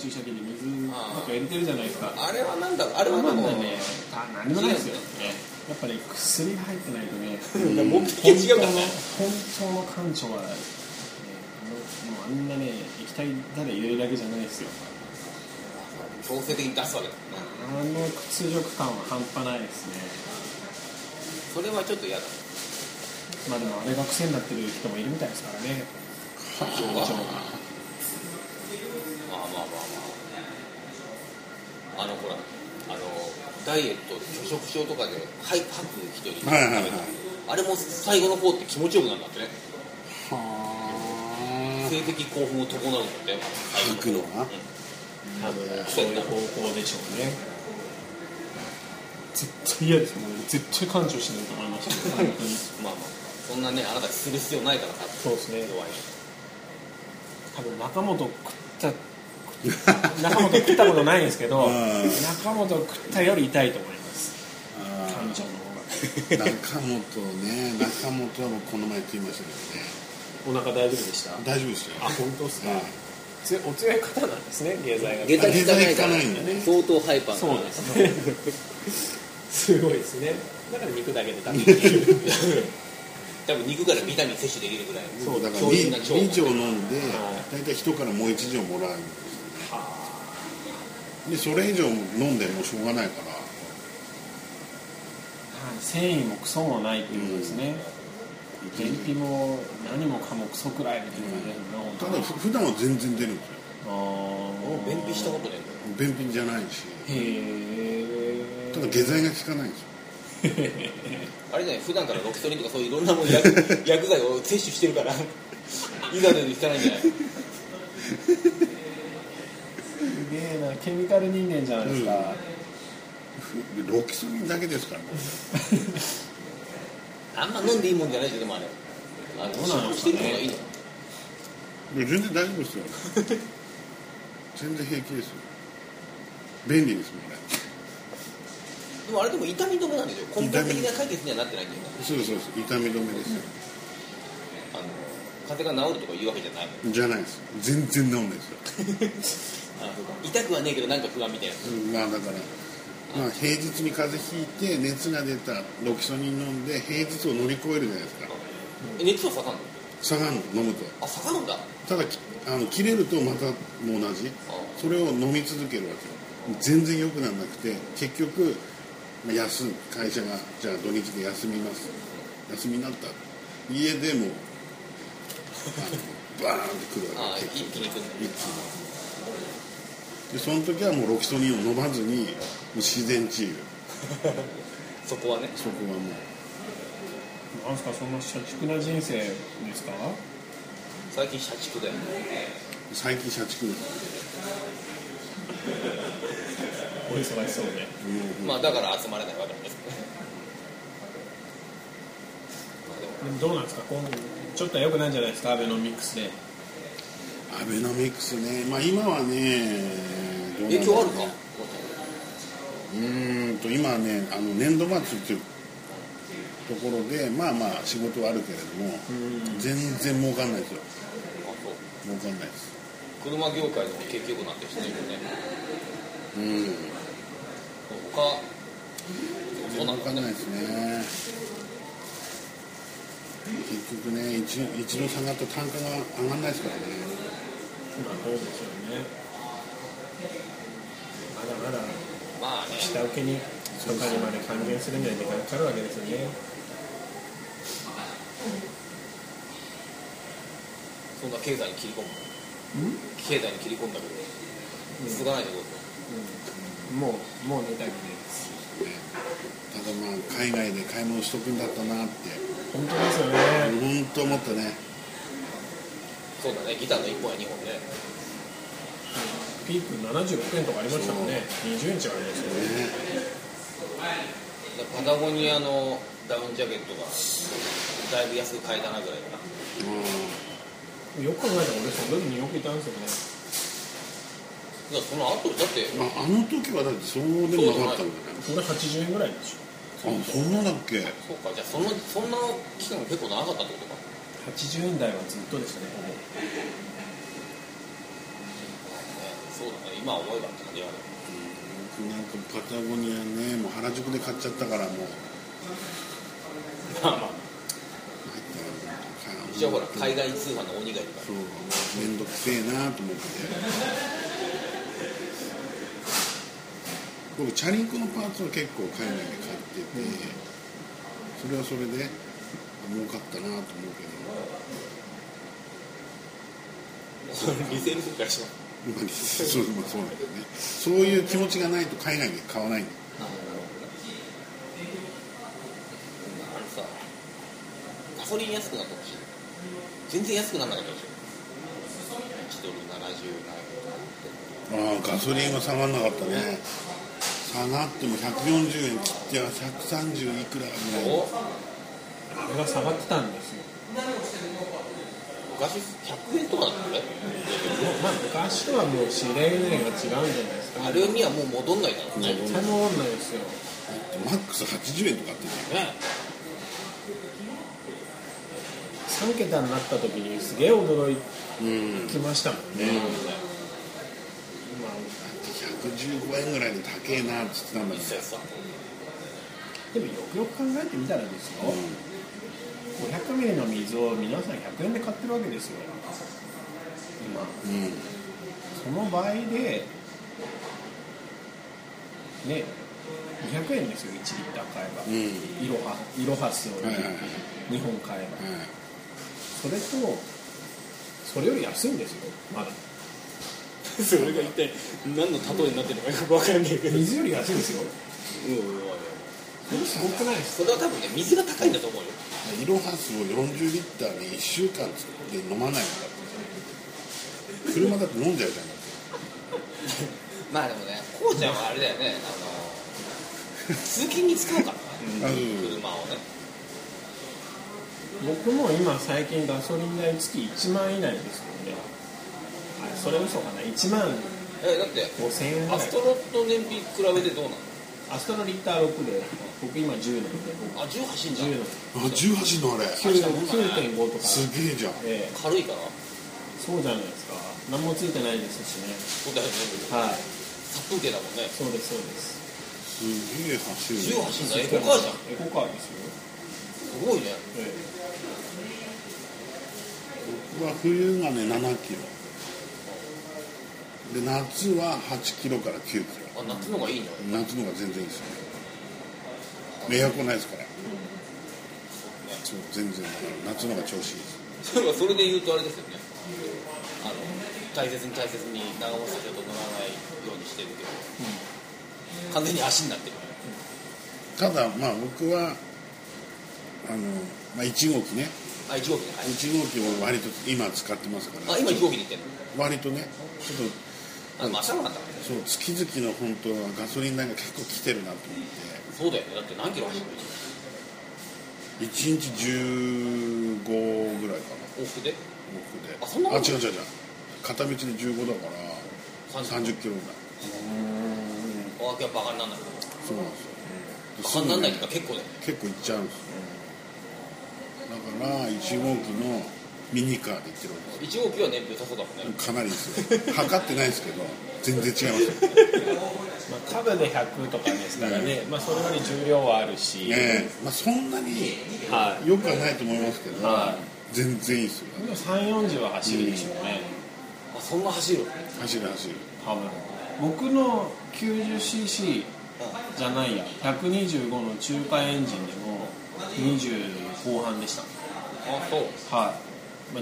注射器で水なんか入れてるじゃないですか。 あれはなんだろう、あれはなんもうだね、何もないですよね。やっぱり薬が入ってないとね、 目的違うからね。 本当の館長は、もうあんなね液体だれ入れるだけじゃないですよ。 強制的に出すわけだもんね。 屈辱感は半端ないですね。 それはちょっと嫌だ。 まあでもあれが癖になってる人もいるみたいですからね。 まあまあまあほらダイエット拒食症とかで吐く人に食べた、あれも最後の方って気持ちよくなるんだってね。性的興奮を伴うんだって吐くのが、 多分そういう方向でしょうね。絶対嫌ですもんね。絶対感情しないと思いましたね。 まあそんなね、あなたする必要ないから。 そうですね。 弱い。 多分中本食ったことないんですけど、中本食ったより痛いと思います。感情の方が。 中本は僕この前食いましたけどね。 お腹大丈夫でした？ 大丈夫ですよ。 あ、本当ですか。お強い方なんですね、下剤が。 下剤効かないからんだね。 相当ハイパー。 そうですね。すごいですね。だから肉だけで食べてる。 多分肉からビタミン摂取できるぐらい。 そうだから2錠飲んで大体人からもう1錠もらうんですよね。でそれ以上飲んでもしょうがないから。 繊維もクソもないっていうことですね。便秘も何もかもクソくらいみたいなただ普段は全然出るんですよ。 便秘したことね。 便秘じゃないし。 へただ下剤が効かないんですよ。 あれね、普段からロキソニンとかそういういろんなもん薬剤を摂取してるからいざで効かないんじゃない。 すげえな、ケミカル人間じゃないですか。 ロキソニンだけですからね。 あんま飲んでいいもんじゃないけど、でもあれどうなんですかね。 してるのがいいの。 全然大丈夫ですよ。全然平気ですよ。便利ですもんね。 でもあれでも痛み止めなんですよ。根本的な解決にはなってないんだよね。 そうです。痛み止めですよ。 風邪が治るとかいうわけじゃないもん。 じゃないです。全然治んないですよ。 痛くはねえけどなんか不安みたいな。 だから、平日に風邪ひいて熱が出たロキソニン飲んで平日を乗り越えるじゃないですか。 熱は下がるの？ 下がるの飲むと。 下がるんだ。 ただ切れるとまたもう同じ。それを飲み続けるわけよ。全然良くならなくて結局会社がじゃあ土日で休みます。休みになった。家でもバーンってくるわけ。 一気にくる。 一気に。でその時はもうロキソニンを飲まずにもう自然治癒。 そこはね。 そこはもう。 なんすか、そんな社畜な人生ですか？ 最近社畜だよね。 最近社畜です。 お忙しそうで。 だから集まれないわけなんですね。 でもどうなんですか、今後ちょっとは良くないんじゃないですか、アベノミクスで。 アベノミクスね、今はね影響あるか。 今はね年度末っていうところで仕事はあるけれども全然儲かんないですよ。儲かんないです。 車業界でも結局なってしてるよね。 儲かんないですね。結局ね一度下がった単価が上がんないですからね。 そうですよね。まだ下請けにとかにまで還元するには時間かかるわけですよね。 そんな経済に切り込む。経済に切り込んだけど続かないってこと。 もうネタ切れです。 ただ海外で買い物しとくんだったなって本当ですよね。 本当思ったね。 そうだね、ギターの1本や2本ね。 ピーク76円とかありましたもんね。20円違いますよね。 パタゴニアのダウンジャケットがだいぶ安く買えたなぐらいかな。 よく考えたら俺その時によくいたんですよね。 いやその後だってあの時はだってそうでもなかったんだね。 それ80円ぐらいでしょ。 そんなだっけ。 そうか、じゃあそんな期間が結構長かったってことか。 80円台はずっとでしたね。 そそうだね、今思えばって感じがある。 僕なんかパタゴニアね、もう原宿で買っちゃったからもうまあまあ一応ほら海外通販の鬼がいるから、 そうめんどくせえなと思って僕チャリンコのパーツは結構海外で買ってて、それはそれで儲かったなと思うけどリセールするからしょそうなんだよね。そういう気持ちがないと海外で買わないんだよ。 さ、ガソリン安くなってほしい。全然安くならなかったでしょ。1ドル77円とか。 ガソリンは下がんなかったね。下がっても140円切っては130いくらぐらい。 あれが下がってたんですよ。 昔100円とかだったね。 まあ昔とはもう指令が違うんじゃないですか。 あれにはもう戻んないだろうね。 絶対戻んないですよ。 マックス80円とかって言うね。 3桁になった時にすげえ驚きましたもんね。 115円ぐらいで高えなって言ってたんだけど、 でもよくよく考えてみたらですよ、500ミリの水を皆さん100円で買ってるわけですよ今、その場合でね200円ですよ1リッター買えば、イロハスを2本買えば、それとそれより安いんですよまだそれが一体何の例えになってるのかよく分からないけど、 水より安いですよ。それすごくないですか。 それは多分ね、水が高いんだと思うよ。 イロハスを40リッターに1週間で飲まないのかって、車だと飲んじゃうじゃん。 まあでもね、こうちゃんはあれだよね、通勤に使うからね、車をね。 僕も今最近ガソリン代月1万以内ですよね。それ嘘かな、1万だって 5000円ぐらい。 アストロと燃費比べてどうなの？ アストロリッター6で僕今10なんで、 18んだ。 18のあれ 9.5 とかすげえじゃん、 軽いからそうじゃないですか。何もついてないですしね。 そうだよね、 はい、 殺風景だもんね。 そうですそうです。 すげえ走る。 18んだ、エコカーじゃん。 エコカーですよ。 すごいね。 僕は冬がね7キロで、夏は8キロから9キロ。 夏の方がいいの？ 夏の方が全然いいですよね。エアコンないですから、そう全然夏の方が調子いいです。 それで言うとあれですよね、大切に長持ちさせようと乗らないようにしてるけど、完全に足になってる。 ただまあ僕は1号機ね、 1号機ね、はい、 1号機を割と今使ってますから。 今1号機で行ってるの？ 割とね、ちょっと朝のなんだね。 そう、月々の本当はガソリン代が結構来てるなと思って。 そうだよね、だって何キロ走るの ？1日15ぐらいかな。 往復で？ あ、 そんなこと？ 違う片道で15だから30キロぐらい。 やっぱバカにならない。 そうなんですよ。 バカにならないっていうか結構だよね。 結構いっちゃうんですよ。だから1号機のミニカーで行ってるわけですよ。 1号機は燃費良さそうだもんね。 かなりですよ。測ってないですけど全然違いますよ。 株で100とかですからね、それより重量はあるし、 そんなに良くはないと思いますけど、全然いいですよ。 340は走るでしょうね。 そんな走る？ 走る。 多分僕の 90cc じゃないや125の中華エンジンでも20後半でした。 そう。 はい。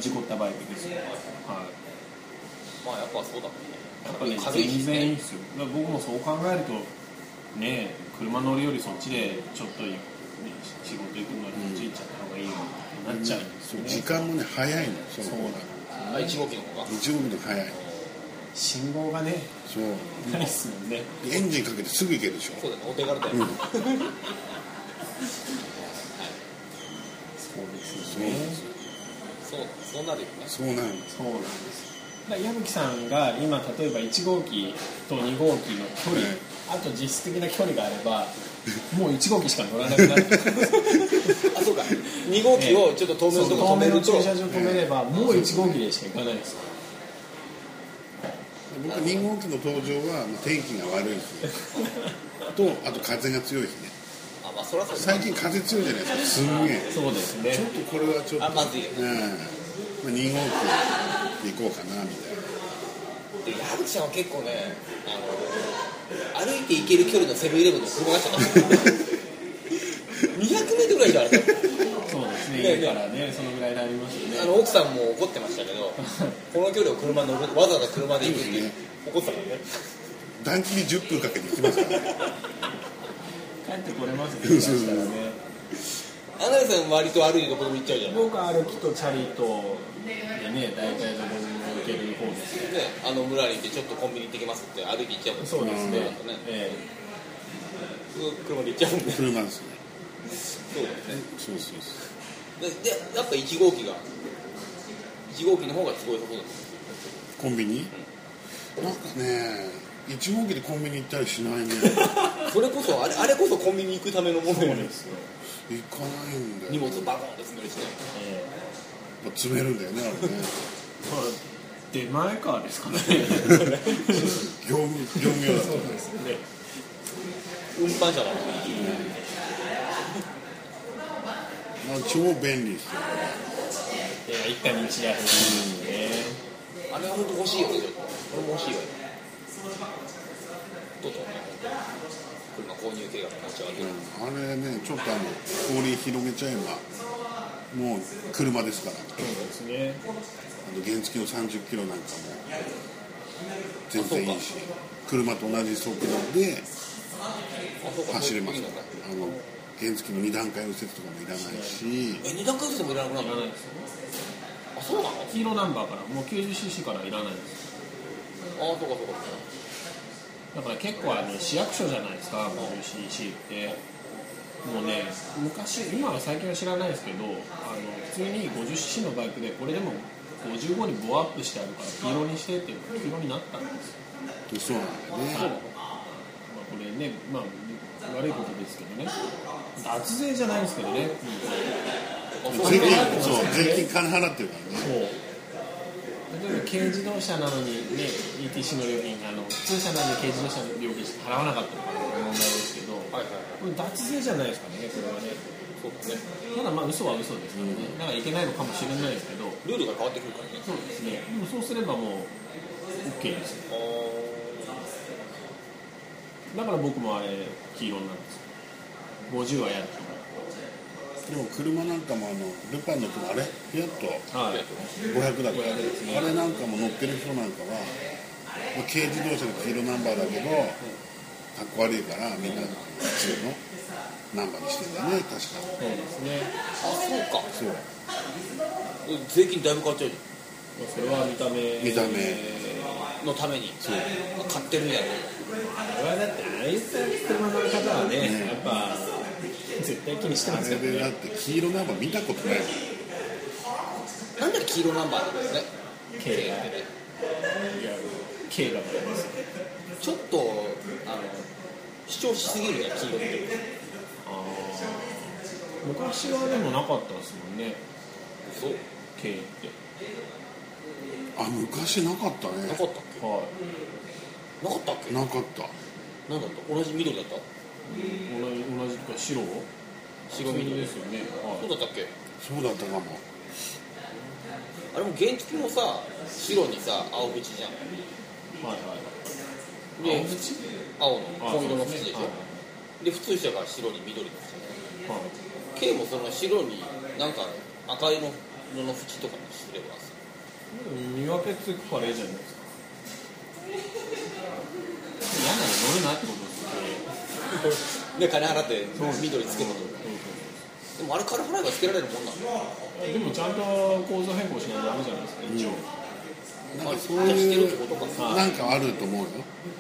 事故ったバイクですよ。はい。 やっぱそうだもんね。 やっぱね、全然いいですよ。僕もそう考えるとね、車乗るよりそっちでちょっと、仕事行くのにこっち行っちゃった方がいいよってなっちゃうんですよね。 時間もね早いの。 そうだ。1号機の方が 1号機の早い。 信号がね、 そうないっすもんね。 エンジンかけてすぐ行けるでしょ。 そうだね、お手軽だよ。 そうですよね。 そうなるよね。 そうなんです。矢吹さんが今例えば1号機と2号機の距離、あと実質的な距離があればもう1号機しか乗らなくなる。 そうか。2号機をちょっと遠めのとこ止めると、 駐車場止めればもう1号機でしか行かないです。 僕2号機の登場は天気が悪い日とあと風が強い日ね。 まあそらそう最近風強いじゃないですか。すんげえそうですね。 ちょっとこれはちょっとまずいよ、 2号機で行こうかなみたいな。 で矢口さんは結構ね歩いて行ける距離のセブンイレブンの車がした200メートルぐらいじゃん。 そうですね。家からねそのぐらいになりますよね。 奥さんも怒ってましたけどこの距離を車乗るわざわざ車で行くって怒ってたからね。 暖気に10分かけて行きますからね。 帰ってこれますね。そしたらね。 アナルさん割と歩いてどこでも行っちゃうじゃん。 僕は歩きとチャリとでね大体どこにも行ける方ですね。 村に行ってちょっとコンビニ行ってきますって歩いて行っちゃうもん。 そうですね。 車で行っちゃうんで。 車ですね。 そうだよね。 そうでやっぱ1号機の方がすごいことだ。 コンビニ、なんかね1号機でコンビニ行ったりしないね。 それこそあれこそコンビニ行くためのものですよ。 行かないんだよ。 荷物バコンって詰めるしね。 詰めるんだよねあれね。 出前カーですかね。 業務用だと。 そうですね。 運搬車だもん。 超便利ですよ。 一家に一台欲しいですね。 あれは本当欲しいよね。俺も欲しいわよ。どうぞね。車購入計画になっちゃうわけだ。 あれねちょっと氷広げちゃえばもう車ですから。 そうですね。 原付の30キロなんかも全然いいし、車と同じ速度で走れますから。原付の2段階右折とかもいらないし。 2段階右折もいらなくなるの？ いらないですよ。 あ、そうなの？ 黄色ナンバーからもう 90cc からいらないです。 そうか。 だから結構市役所じゃないですか 50cc ってもうね今は最近は知らないですけど普通に 50cc のバイクでこれでも55にボアアップしてあるから黄色にしてっていうのが黄色になったんですよ。 そうなんだよね。 これね悪いことですけどね脱税じゃないですけどね、 税金金払ってるからね。 そう例えば軽自動車なのにね ETC の料金普通車なのに軽自動車の料金払わなかったとか問題ですけど、これ脱税じゃないですかねこれはね。 そうだね。 ただ嘘は嘘ですからね、だからいけないのかもしれないですけどルールが変わってくるからね。 そうですね。でもそうすればもう OK ですよ。だから僕もあれ黄色になるんですよ。50はやると。 でも車なんかもルパンの車あれフィアット500だから、 ね、 あれなんかも乗ってる人なんかは軽自動車の黄色ナンバーだけどかっこ悪いからみんな普通のナンバーにしてるんだね確か。 そうですね。 そうか。 そう税金だいぶ変わっちゃうじゃん。それは見た目のために買ってるんやろ。 これはだってああいった車の方はねやっぱ絶対気にしてますよね。 だって黄色ナンバー見たことない。 なんで黄色ナンバーなんですね。 K がね。いや K だからですよ。 ちょっと主張しすぎるね黄色って。 昔はでもなかったですもんね。 そう K って。 昔なかったね。 なかったっけ。 はい。 なかったっけ。 なかった。 なんだった。同じ緑だった。 同じとか白緑ですよね。 そうだったっけ。 そうだったかも。 あれも原付もさ白にさ青縁じゃん。 はいはい。 で青の紺色の縁でしょ。で普通車が白に緑の縁。はい。K もその白になんか赤色の縁とかにすればさ。 見分けつくからいいじゃないですか。嫌なら乗るなってことですよね。 で金払って緑つけると。でもあれ金払えばつけられるもんなの。 でもちゃんと構造変更しないとダメじゃないですか一応。 なんかそういうなんかあると思うよ。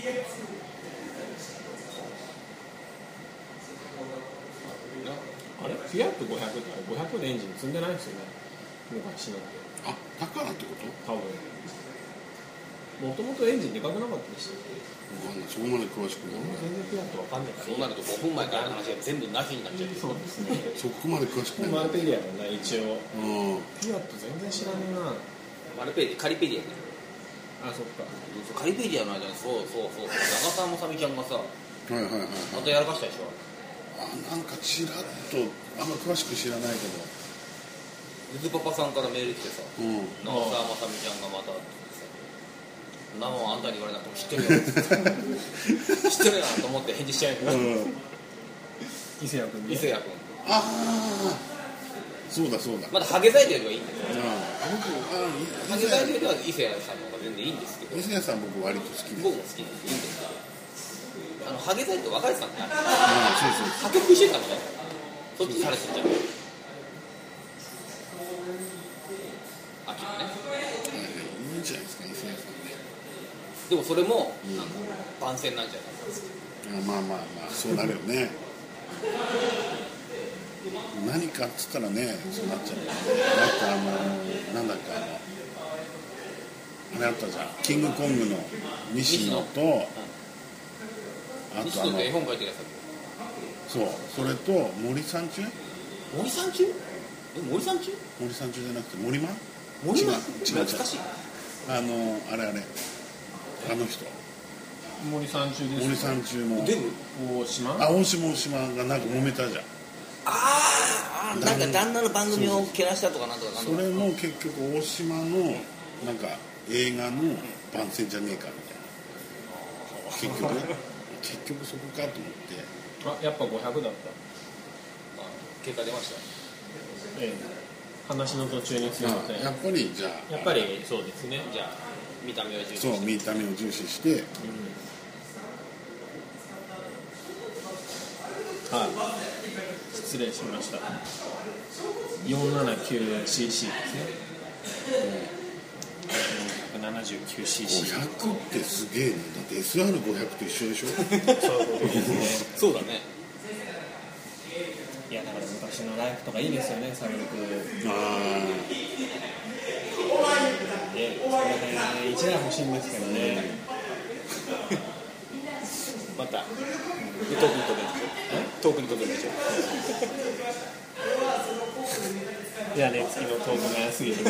あれフィアット500って500でエンジン積んでないですよね昔なんて。 だからってこと？ 多分もともとエンジンでかくなかったでしたっけ。 そこまで詳しくない。 全然フィアットわかんない。 そうなると5分前からの話が全部なしになっちゃう。 そうですね。 そこまで詳しくない。 マルペディアだな一応。 フィアット全然知らねえな。 マルペディカリペディアね。 あ、そっか。 カリベリアの間に長澤まさみちゃんがさ、 はいはいはいはい。 またやらかしたでしょ。 なんかちらっとあんま詳しく知らないけど、 ゆずパパさんからメール来てさ、 うん、 長澤まさみちゃんがまたってさ、生はあんたに言われなくても知ってるよ知ってるなと思って返事しちゃうけど、 伊勢谷君ね。 伊勢谷君ああそうだそうだ、 まだハゲザイドよりはいいんですよ。 僕ハゲザイドよりは伊勢谷さんの方が全然いいんですけど、 伊勢谷さん僕割と好きです。 僕も好きです。いいんですけど、ハゲザイドと別れてたんだね。 そう破局してたのね。そっちされてんじゃん。秋のね。 いいんじゃないですか伊勢谷さんね。 でもそれもなんか番宣なんじゃないですか。 まあまあまあそうなるよね何かっつったらねそうなっちゃうよね。なんだっけあれあったじゃん、キングコングの西野と、あと西野って絵本書いてるやつ。 そうそれと森三中森三中？森三中？ 森三中じゃなくて森間森間？ 違う懐かしい。 あれあの人森三中です。 森三中もデブ？ 大島。 大島がなんか揉めたじゃん。 なんか旦那の番組を蹴らしたとかなんとかなんとか。 それも結局大島のなんか映画の番宣じゃねえかみたいな、結局そこかと思って、 あ、やっぱ500だった。 結果出ました。 話の途中にすいません。 やっぱりじゃあやっぱりそうですね。 じゃあ見た目を重視して。 そう見た目を重視して、 はい、失礼しました。 479cc ですね。479cc。 500ってすげえね。だって SR500 と一緒でしょそうだね。 いやだから昔のライフとかいいですよね、サブルク。 あで、それで1台欲しいんですけどね。 また遠くに飛べるでしょ。 屋根付きのトークが安すぎるな。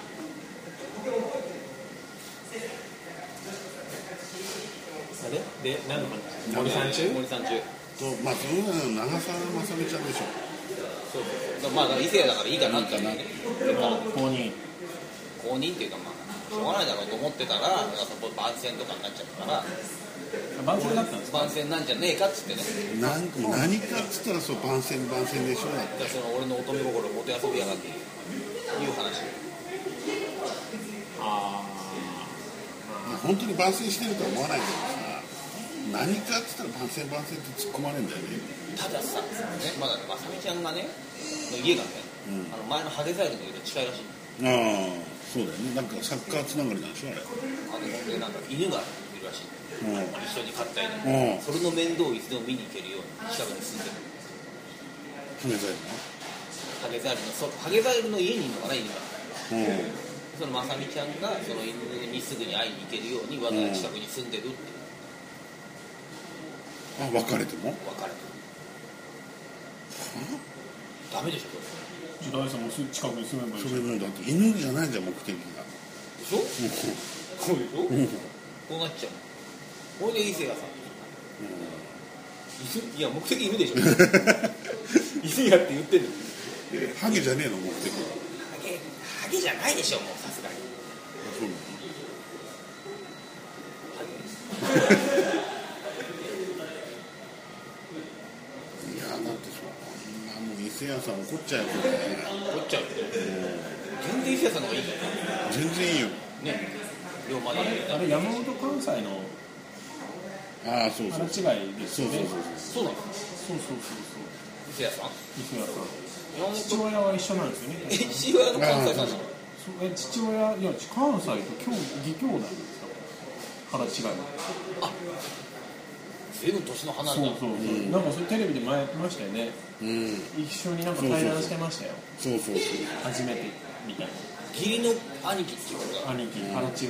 あれで何の話？森三中？ 森三中。 とまあその長澤まさみちゃんでしょ。 そうまあ伊勢谷だからいいかなっていうね。 公認っていうかまあしょうがないだろうと思ってたら、番宣とかになっちゃったから番宣だったんですか？ 番宣なんじゃねえかっつってね。 何かっつったらそう番宣でしょ。だってその俺の乙女心をもてあそびやがっていう話。 本当に番宣してるとは思わないけどさ、何かっつったら番宣って突っ込まれるんだよね。 たださ、まだまさみちゃんがねの家がね、前のハゲザイルの家と近いらしい。 そうだよね。なんかサッカーつながりなんでしょあれ。 でなんか犬がいるらしい。一緒に飼った犬。それの面倒をいつでも見に行けるように近くに住んでる。ハゲザイルの家にいるのかな、犬が。そのまさみちゃんがその犬にすぐに会いに行けるようにわざわざ近くに住んでるって。 別れても別れてダメでしょこれ。 ジュダイさんも近くに住めばいい。 それもだって犬じゃないじゃん目的が。 でしょ？そうでしょ？こうなっちゃう。これで伊勢谷さん。いや目的犬でしょ。伊勢谷って言ってんの。 ハゲじゃねえの目的。 ハゲじゃないでしょもうさすがに。 そういやだってそんなもう伊勢谷さん怒っちゃうよね。 怒っちゃうよ。全然伊勢谷さんの方がいいんだよ。 全然いいよ。 ね。龍馬で。 あれ山本関西のそうそう腹違いですよね。 そうなの。 そう伊勢谷さん。 伊勢谷さん。父親は一緒なんですよね。 父親の関西さんなの。 父親いや関西と義兄弟なんですか。腹違い。 随分年の離れた。 そう、なんかそれテレビで前やってましたよね。一緒になんか対談してましたよ。 そう初めてみたいな。 義理の兄貴っていうことだ。 兄貴腹違いの。 す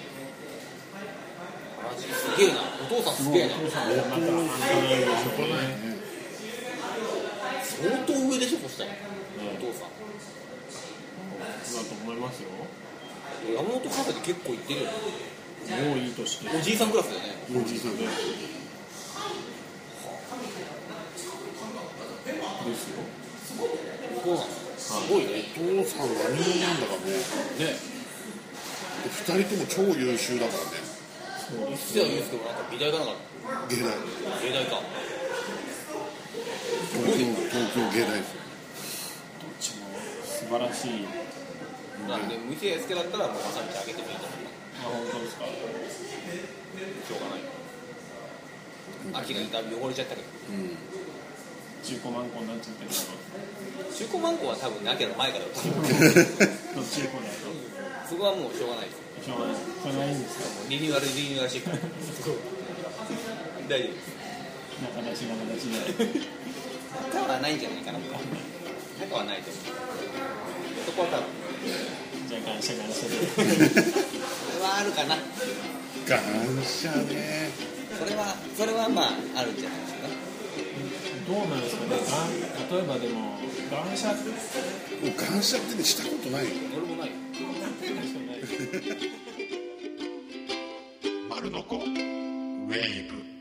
げえな。お父さんすげえな。 お父さんまた半端ないでしょうね。 相当上でしょそしたら。お父さん。 だと思いますよ。 山本関西で結構行ってるよね。 もういい年でおじいさんクラスだよね。 おじいさんでですよ。 そうなんですすごいね。 お父さん何者なんだかね。 ね。 2人とも超優秀だからね。 一世は言うんですけど、なんか美大かなんか。 芸大芸大か。 東京芸大ですよ。 どっちも素晴らしい。 なんで無形介だったらもうまさみちあげてもいいと思う。 本当ですか。 しょうがない。秋がインタビュー汚れちゃったけど。 中古マンコになっちゃってるけ中古マンコは多分秋の前からだと思う。 ど中古だとそこはもうしょうがないです。 しょうがない。それはいいんですか。 リニューアルしてから。大丈夫です。 仲立ちで。 中はないんじゃないかな。中はないと思う。そこは多分。 じゃあ感謝で。 それはあるかな。 感謝ね。 それはまああるんじゃないですか。 どうなんですかね。例えばでも感謝って感謝ってしたことないよ。 俺もないよ。 丸のこウェーブ。